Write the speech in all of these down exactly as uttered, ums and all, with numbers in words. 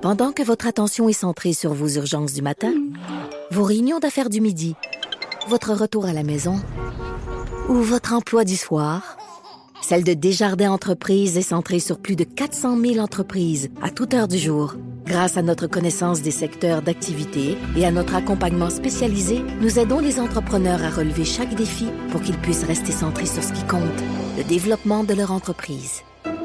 Pendant que votre attention est centrée sur vos urgences du matin, vos réunions d'affaires du midi, votre retour à la maison ou votre emploi du soir, celle de Desjardins Entreprises est centrée sur plus de quatre cent mille entreprises à toute heure du jour. Grâce à notre connaissance des secteurs d'activité et à notre accompagnement spécialisé, nous aidons les entrepreneurs à relever chaque défi pour qu'ils puissent rester centrés sur ce qui compte, le développement de leur entreprise.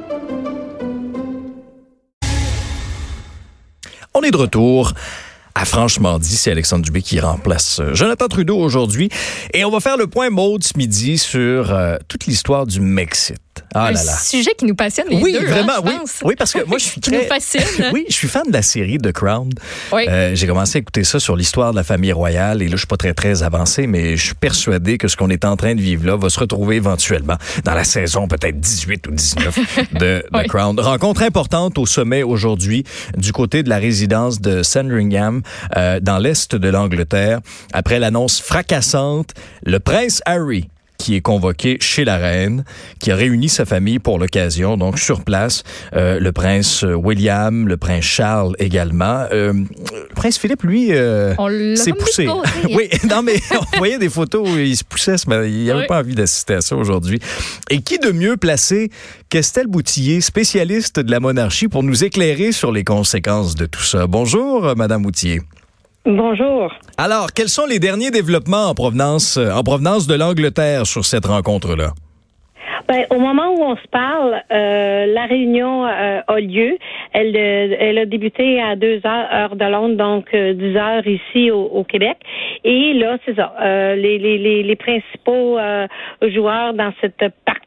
On est de retour à Franchement dit, c'est Alexandre Dubé qui remplace Jonathan Trudeau aujourd'hui. Et on va faire le point mode ce midi sur euh, toute l'histoire du Mexit. Ah un là là. sujet qui nous passionne les oui, deux, vraiment, hein, je oui, pense. oui, parce que moi, je suis qui très... nous fascine. Oui, je suis fan de la série The Crown. Oui. Euh, j'ai commencé à écouter ça sur l'histoire de la famille royale et là, je suis pas très, très avancé, mais je suis persuadé que ce qu'on est en train de vivre là va se retrouver éventuellement dans la saison peut-être dix-huit ou dix-neuf de The oui. Crown. Rencontre importante au sommet aujourd'hui du côté de la résidence de Sandringham, euh, dans l'est de l'Angleterre, après l'annonce fracassante, le prince Harry, qui est convoqué chez la reine, qui a réuni sa famille pour l'occasion, donc sur place, euh, le prince William, le prince Charles également. Euh, le prince Philippe, lui, euh, s'est poussé. Côté, hein? Oui, non, mais on voyait des photos où il se poussait, mais il n'avait oui. pas envie d'assister à ça aujourd'hui. Et qui de mieux placé qu'Estelle Boutillier, spécialiste de la monarchie, pour nous éclairer sur les conséquences de tout ça. Bonjour, Madame Boutillier. Bonjour. Alors, quels sont les derniers développements en provenance, en provenance de l'Angleterre sur cette rencontre-là? Ben, au moment où on se parle, euh, la réunion euh, a lieu. Elle, euh, elle a débuté à deux heures, heure de Londres, donc euh, dix heures ici au, au Québec. Et là, c'est ça. Euh, les, les, les, les principaux euh, joueurs dans cette partie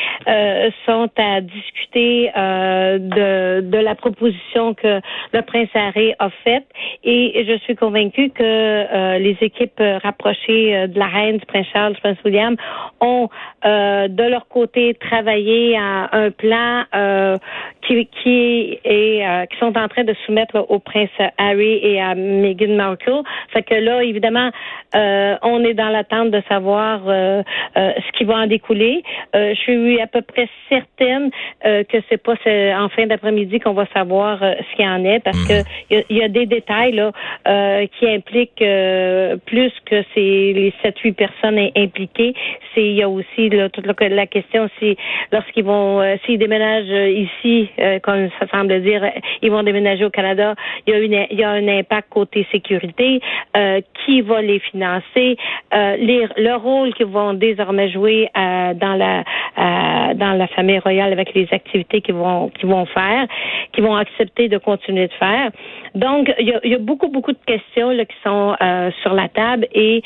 Euh, sont à discuter euh, de, de la proposition que le prince Harry a faite et je suis convaincue que euh, les équipes rapprochées de la reine, du prince Charles, du prince William ont euh, de leur côté travaillé à un plan euh, qui, qui est euh, qui sont en train de soumettre au prince Harry et à Meghan Markle. Fait que là, évidemment, euh, on est dans l'attente de savoir euh, euh, ce qui va en découler. Euh, je suis à peu près certaine euh, que c'est pas c'est en fin d'après-midi qu'on va savoir euh, ce qu'il y en est, parce mmh. que il y, y a des détails là euh, qui impliquent euh, plus que c'est les sept huit personnes impliquées. C'est il y a aussi là, toute la, la question si lorsqu'ils vont euh, s'ils déménagent ici, euh, comme ça semble dire, ils vont déménager au Canada. Il y a une il y a un impact côté sécurité. Euh, qui va les financer? Euh, les, le rôle qu'ils vont désormais jouer euh, dans la Euh, dans la famille royale avec les activités qu'ils vont qu'ils vont faire, qu'ils vont accepter de continuer de faire. Donc, il y a, il y a beaucoup, beaucoup de questions là, qui sont euh, sur la table et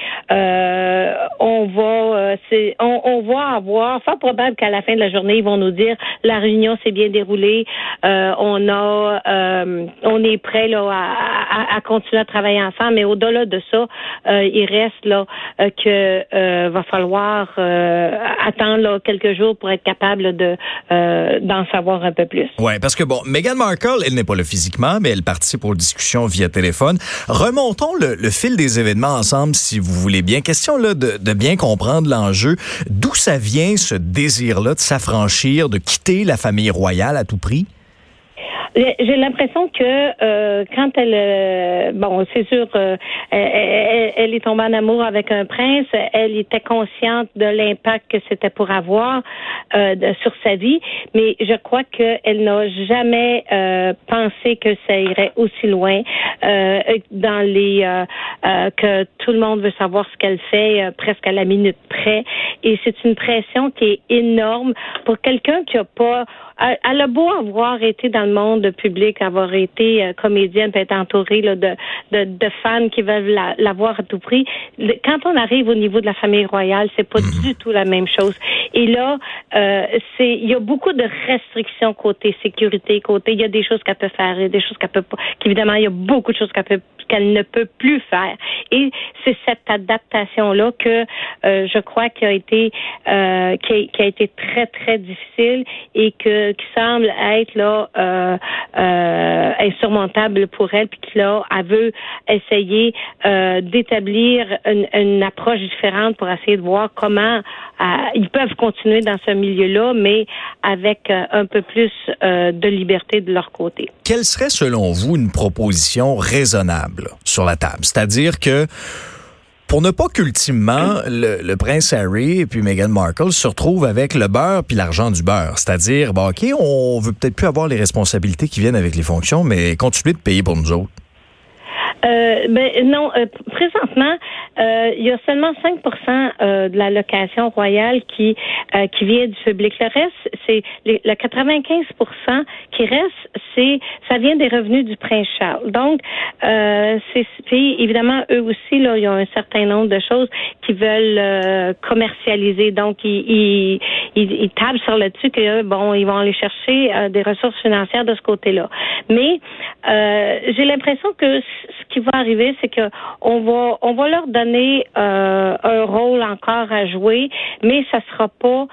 euh, on va euh, c'est, on, on va avoir, fort probable qu'à la fin de la journée, ils vont nous dire la réunion s'est bien déroulée, euh, on a euh, on est prêt là à, à, à continuer à travailler ensemble, mais au-delà de ça, euh, il reste là euh, que euh, va falloir euh, attendre là, quelques jours pour être capable de euh, d'en savoir un peu plus. Oui, parce que bon, Meghan Markle, elle n'est pas là physiquement, mais elle participe aux discussions via téléphone. Remontons le, le fil des événements ensemble, si vous voulez bien. Question là de, de bien comprendre l'enjeu. D'où ça vient, ce désir-là de s'affranchir, de quitter la famille royale à tout prix? J'ai l'impression que euh, quand elle, euh, bon, c'est sûr, euh, elle, elle est tombée en amour avec un prince. Elle était consciente de l'impact que c'était pour avoir euh, de, sur sa vie, mais je crois qu'elle n'a jamais euh, pensé que ça irait aussi loin euh, dans les euh, euh, que tout le monde veut savoir ce qu'elle fait euh, presque à la minute près. Et c'est une pression qui est énorme pour quelqu'un qui a pas. Elle a beau avoir été dans le monde public, avoir été euh, comédienne, peut être entourée là, de, de, de fans qui veulent la, la voir à tout prix. Le, quand on arrive au niveau de la famille royale, c'est pas mmh. du tout la même chose. Et là, euh, c'est il y a beaucoup de restrictions côté sécurité, côté il y a des choses qu'elle peut faire, il y a des choses qu'elle peut pas. Qu'évidemment, il y a beaucoup de choses qu'elle peut qu'elle ne peut plus faire. Et c'est cette adaptation-là que euh, je crois qui a été euh, qui, a, qui a été très, très difficile et que qui semble être là euh, euh, insurmontable pour elle, puis que là, elle veut essayer euh, d'établir une, une approche différente pour essayer de voir comment euh, ils peuvent continuer dans ce milieu-là, mais avec euh, un peu plus euh, de liberté de leur côté. Quelle serait, selon vous, une proposition raisonnable sur la table? C'est-à-dire que pour ne pas qu'ultimement le, le prince Harry et puis Meghan Markle se retrouvent avec le beurre puis l'argent du beurre. C'est-à-dire, bon, OK, on veut peut-être plus avoir les responsabilités qui viennent avec les fonctions, mais continuer de payer pour nous autres. Euh, ben non, euh, présentement, euh, il y a seulement cinq pour cent euh, de la location royale qui euh, qui vient du public. Le reste, c'est les, le quatre-vingt-quinze pour cent qui reste, c'est ça vient des revenus du prince Charles. Donc, euh, c'est puis évidemment eux aussi là, ils ont un certain nombre de choses qu'ils veulent euh, commercialiser. Donc, ils, ils ils ils tablent sur le dessus que bon, ils vont aller chercher euh, des ressources financières de ce côté-là. Mais euh, j'ai l'impression que ce qui va arriver, c'est que on va on va leur donner euh, un rôle encore à jouer, mais ça sera pas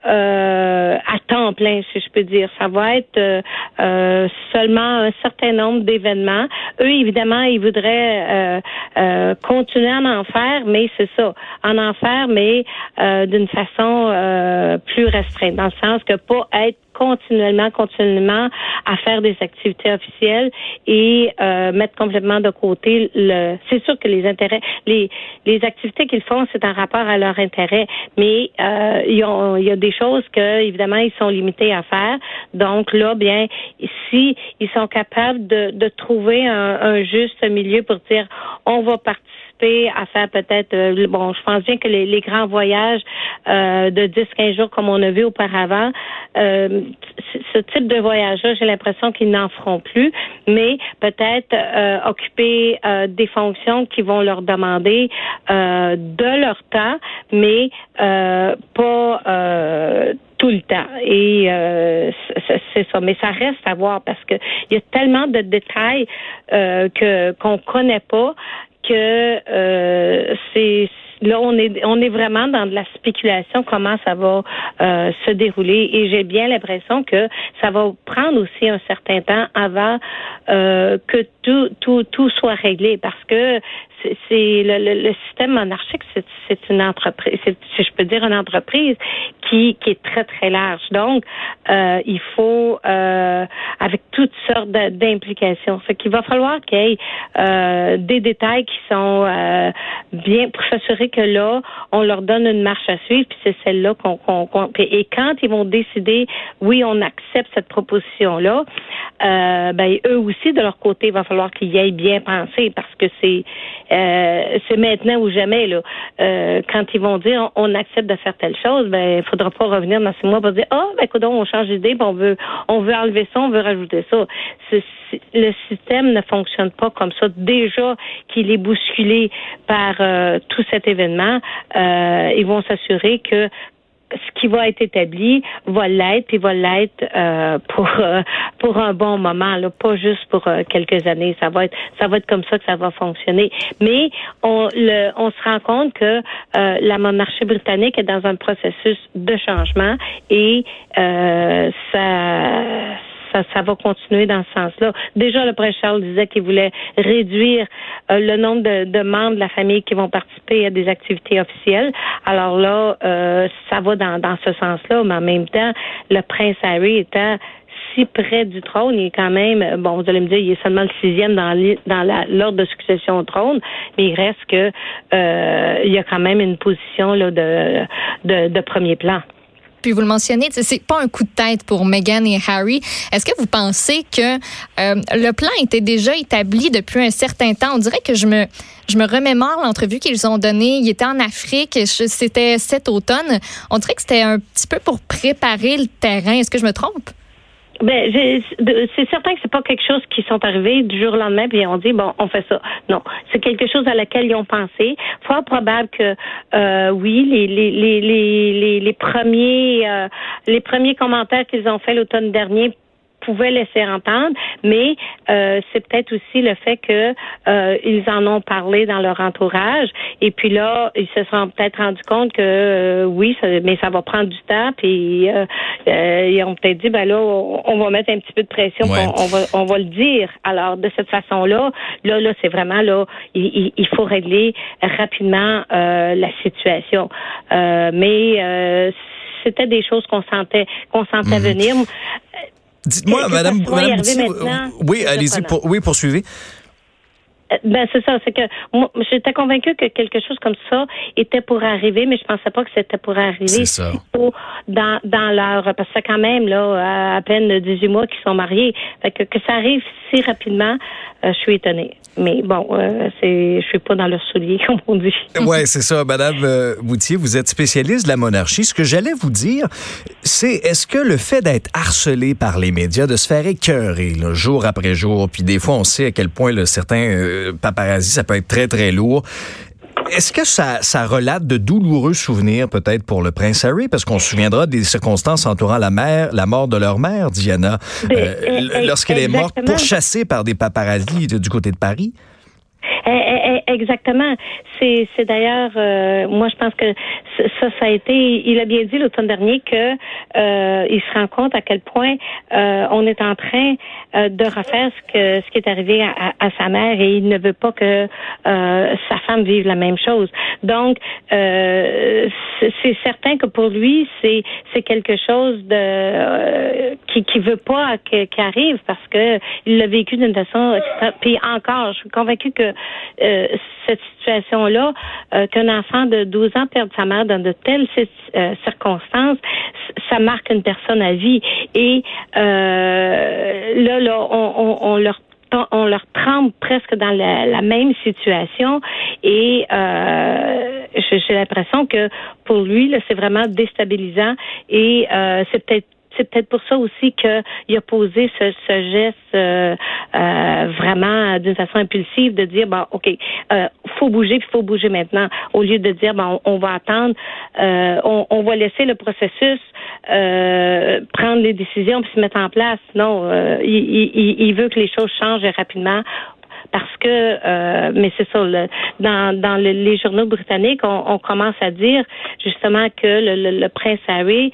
euh, à temps plein, si je peux dire. Ça va être euh, euh, seulement un certain nombre d'événements. Eux, évidemment, ils voudraient euh, euh, continuer à en faire, mais c'est ça, en en faire, mais euh, d'une façon euh, plus restreinte, dans le sens que pas être continuellement, continuellement à faire des activités officielles et euh, mettre complètement de côté le. C'est sûr que les intérêts, les les activités qu'ils font, c'est en rapport à leur intérêt, mais euh, il y a, il y a des choses que évidemment ils sont limités à faire. Donc là, bien, si ils sont capables de, de trouver un, un juste milieu pour dire, on va participer à faire peut-être, euh, bon, je pense bien que les, les grands voyages euh, de dix à quinze jours comme on a vu auparavant, euh, ce type de voyage-là, j'ai l'impression qu'ils n'en feront plus, mais peut-être euh, occuper euh, des fonctions qui vont leur demander euh, de leur temps, mais euh, pas euh, tout le temps. Et euh, c'est, c'est ça. Mais ça reste à voir parce que il y a tellement de détails euh, que qu'on connaît pas que euh, c'est là on est on est vraiment dans de la spéculation comment ça va euh, se dérouler et j'ai bien l'impression que ça va prendre aussi un certain temps avant euh, que tout tout tout soit réglé parce que c'est, c'est le, le, le système monarchique c'est, c'est une entreprise c'est, si je peux dire une entreprise qui qui est très très large donc euh, il faut euh, avec toutes sortes de, d'implications fait qu'il va falloir qu'il y ait euh, des détails qui sont euh, bien pour s'assurer que là, on leur donne une marche à suivre, puis c'est celle-là qu'on, qu'on, qu'on et quand ils vont décider, oui, on accepte cette proposition-là, euh, ben eux aussi de leur côté, il va falloir qu'ils y aillent bien pensé parce que c'est euh, c'est maintenant ou jamais là. Euh, quand ils vont dire on, on accepte de faire telle chose, ben il faudra pas revenir dans six mois pour dire ah oh, ben écoute, on change d'idée, puis on veut on veut enlever ça, on veut rajouter ça. C'est, c'est, le système ne fonctionne pas comme ça. Déjà qu'il est bousculé par euh, tout cet événement, euh, ils vont s'assurer que ce qui va être établi va l'être, puis va l'être euh, pour euh, pour un bon moment, là, pas juste pour euh, quelques années. Ça va être ça va être comme ça que ça va fonctionner. Mais on le on se rend compte que euh, la monarchie britannique est dans un processus de changement et euh, ça Ça, ça va continuer dans ce sens-là. Déjà, le prince Charles disait qu'il voulait réduire euh, le nombre de, de membres de la famille qui vont participer à des activités officielles. Alors là, euh, ça va dans, dans ce sens-là, mais en même temps, le prince Harry étant si près du trône, il est quand même, bon, vous allez me dire, il est seulement le sixième dans, dans la, l'ordre de succession au trône, mais il reste que euh, il y a quand même une position là, de, de, de premier plan. Puis vous le mentionnez, c'est pas un coup de tête pour Meghan et Harry. Est-ce que vous pensez que euh, le plan était déjà établi depuis un certain temps? On dirait que je me je me remémore l'entrevue qu'ils ont donnée. Ils étaient en Afrique, c'était cet automne. On dirait que c'était un petit peu pour préparer le terrain. Est-ce que je me trompe? Ben, j'ai, c'est certain que c'est pas quelque chose qui sont arrivés du jour au lendemain puis on dit bon, on fait ça. Non, c'est quelque chose à laquelle ils ont pensé. Fort probable que euh, oui, les les les les les, les premiers euh, les premiers commentaires qu'ils ont fait l'automne dernier pouvaient laisser entendre, mais euh, c'est peut-être aussi le fait que euh, ils en ont parlé dans leur entourage, et puis là, ils se sont peut-être rendus compte que euh, oui, ça, mais ça va prendre du temps, puis euh, euh, ils ont peut-être dit, ben là, on, on va mettre un petit peu de pression, ouais. on, on va on va le dire. Alors, de cette façon-là, là, là, c'est vraiment, là, il, il faut régler rapidement euh, la situation. Euh, mais euh, c'était des choses qu'on sentait, qu'on sentait mm-hmm. venir. Dites-moi, que, Madame, que Madame Boutier, oui, allez-y, pour, oui, poursuivez. Ben c'est ça, c'est que moi j'étais convaincue que quelque chose comme ça était pour arriver, mais je pensais pas que c'était pour arriver si tôt dans dans leur, parce que c'est quand même là à peine dix-huit mois qu'ils sont mariés, fait que que ça arrive si rapidement, euh, je suis étonnée. Mais bon, euh, c'est je suis pas dans leur soulier comme on dit. Ouais, c'est ça, Madame euh, Boutier, vous êtes spécialiste de la monarchie. Ce que j'allais vous dire, c'est est-ce que le fait d'être harcelé par les médias, de se faire écœurer là, jour après jour, puis des fois on sait à quel point là, certains euh, paparazzi, ça peut être très, très lourd. Est-ce que ça, ça relate de douloureux souvenirs, peut-être, pour le prince Harry? Parce qu'on se souviendra des circonstances entourant la mère, la mort de leur mère, Diana, euh, lorsqu'elle est morte pourchassée par des paparazzis du côté de Paris. Exactement. C'est, c'est d'ailleurs, euh, moi je pense que ça, ça a été, il a bien dit l'automne dernier que euh, il se rend compte à quel point euh, on est en train euh, de refaire ce que ce qui est arrivé à, à, à sa mère, et il ne veut pas que euh, sa femme vive la même chose. Donc euh, c'est, c'est certain que pour lui c'est c'est quelque chose de euh, qui qui veut pas que, qu'il arrive, parce que il l'a vécu d'une façon. Puis encore, je suis convaincue que euh, cette situation-là, euh, qu'un enfant de douze ans perde sa mère dans de telles euh, circonstances, ça marque une personne à vie. Et euh, là, là, on, on, on leur on leur trempe presque dans la, la même situation, et euh, j'ai, j'ai l'impression que pour lui, là, c'est vraiment déstabilisant, et euh, c'est peut-être C'est peut-être pour ça aussi qu'il a posé ce, ce geste euh, euh, vraiment d'une façon impulsive, de dire, bon, OK, euh, faut bouger, puis faut bouger maintenant, au lieu de dire, bon, on, on va attendre, euh, on, on va laisser le processus euh, prendre les décisions puis se mettre en place. Non, euh, il, il, il veut que les choses changent rapidement. Parce que, euh, mais c'est ça, le, dans, dans le, les journaux britanniques, on, on commence à dire justement que le, le, le prince Harry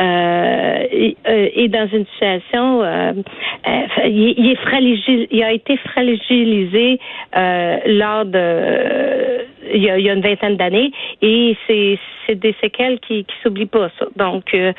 euh, est, est dans une situation, euh, euh, il, il est fragile, il a été fragilisé euh, lors de, euh, il, y a, il y a une vingtaine d'années, et c'est, c'est des séquelles qui, qui s'oublient pas, ça. Donc, euh,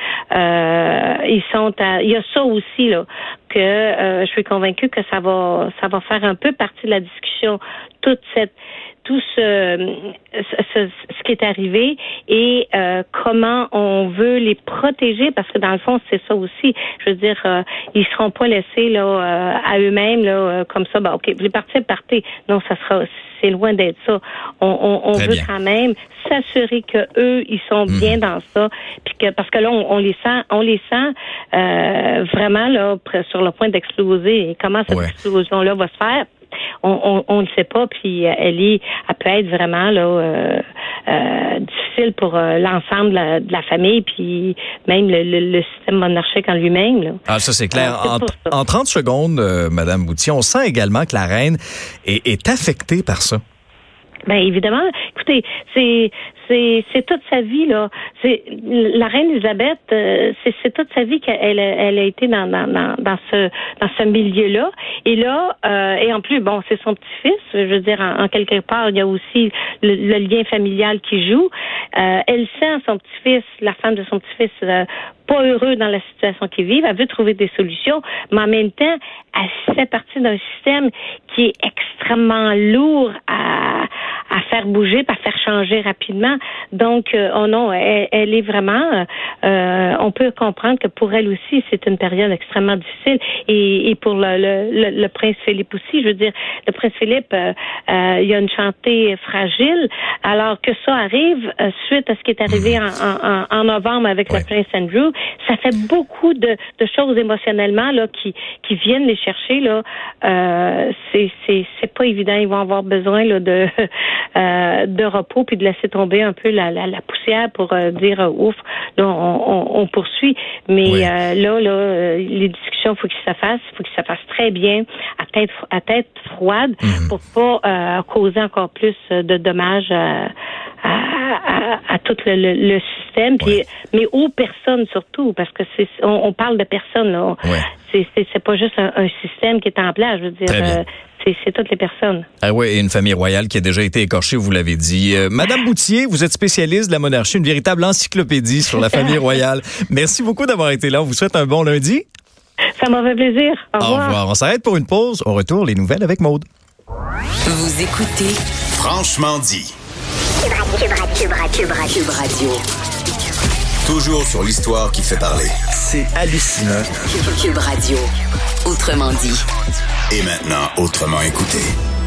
euh, ils sont, à, il y a ça aussi là, que euh, je suis convaincue que ça va, ça va faire un peu partie de la discussion, toute cette, tout ce, ce, ce qui est arrivé, et euh, comment on veut les protéger, parce que dans le fond c'est ça aussi. Je veux dire, euh, ils seront pas laissés là euh, à eux-mêmes là euh, comme ça. Ben ok, vous les partez, partez. Non, ça sera, c'est loin d'être ça. On, on, on veut bien. Quand même s'assurer que eux ils sont mmh. bien dans ça, puis que parce que là on, on les sent, on les sent euh, vraiment là sur le point d'exploser. Et comment cette ouais. explosion là va se faire? On, on, on ne sait pas, puis elle est, elle peut être vraiment là euh, euh, difficile pour euh, l'ensemble de la, de la famille, puis même le, le, le système monarchique en lui-même. Là. Ah, ça c'est clair. Euh, c'est en, en trente secondes, euh, Madame Boutier, on sent également que la reine est, est affectée par ça. Ben évidemment, écoutez, c'est c'est c'est toute sa vie là. C'est la reine Elisabeth, euh, c'est c'est toute sa vie qu'elle elle a été dans dans dans, dans ce dans ce milieu-là. Et là, euh, et en plus, bon, c'est son petit-fils. Je veux dire, en, en quelque part, il y a aussi le, le lien familial qui joue. Euh, elle sent son petit-fils, la femme de son petit-fils, euh, pas heureux dans la situation qu'ils vivent. Elle veut trouver des solutions, mais en même temps, elle fait partie d'un système qui est extrêmement lourd à à faire bouger, à faire changer rapidement. Donc, euh, oh non, elle, elle est vraiment, euh, on peut comprendre que pour elle aussi, c'est une période extrêmement difficile. Et, et pour le, le, le, le prince Philippe aussi, je veux dire, le prince Philippe, euh, euh, il a une santé fragile, alors que ça arrive euh, suite à ce qui est arrivé en, en, en novembre avec ouais. le prince Andrew. Ça fait beaucoup de, de choses émotionnellement là qui, qui viennent les chercher là. Euh, c'est, c'est, c'est pas évident. Ils vont avoir besoin là de euh, de repos puis de laisser tomber un peu la, la, la poussière pour euh, dire euh, ouf, là, on, on, on poursuit. Mais oui. euh, là, là, euh, les discussions, il faut qu'ils se fassent, il faut qu'ils se fassent très bien, à tête, à tête froide, mm-hmm. pour pas euh, causer encore plus de dommages à, à, à, à tout le, le, le système, puis, oui. mais aux personnes surtout, parce que c'est on, on parle de personnes, là. Oui. C'est, c'est, c'est pas juste un, un système qui est en place, je veux dire. Euh, c'est, c'est toutes les personnes. Ah oui, et une famille royale qui a déjà été écorchée, vous l'avez dit. Euh, Madame Bouthier, vous êtes spécialiste de la monarchie, une véritable encyclopédie sur la famille royale. Merci beaucoup d'avoir été là. On vous souhaite un bon lundi. Ça m'a fait plaisir. Au revoir. Au revoir. On s'arrête pour une pause. Au retour, les nouvelles avec Maude. Vous écoutez Franchement dit. Cube Radio. Cube Radio. Toujours sur l'histoire qui fait parler. C'est hallucinant. Cube Radio. Autrement dit. Et maintenant, autrement écouté.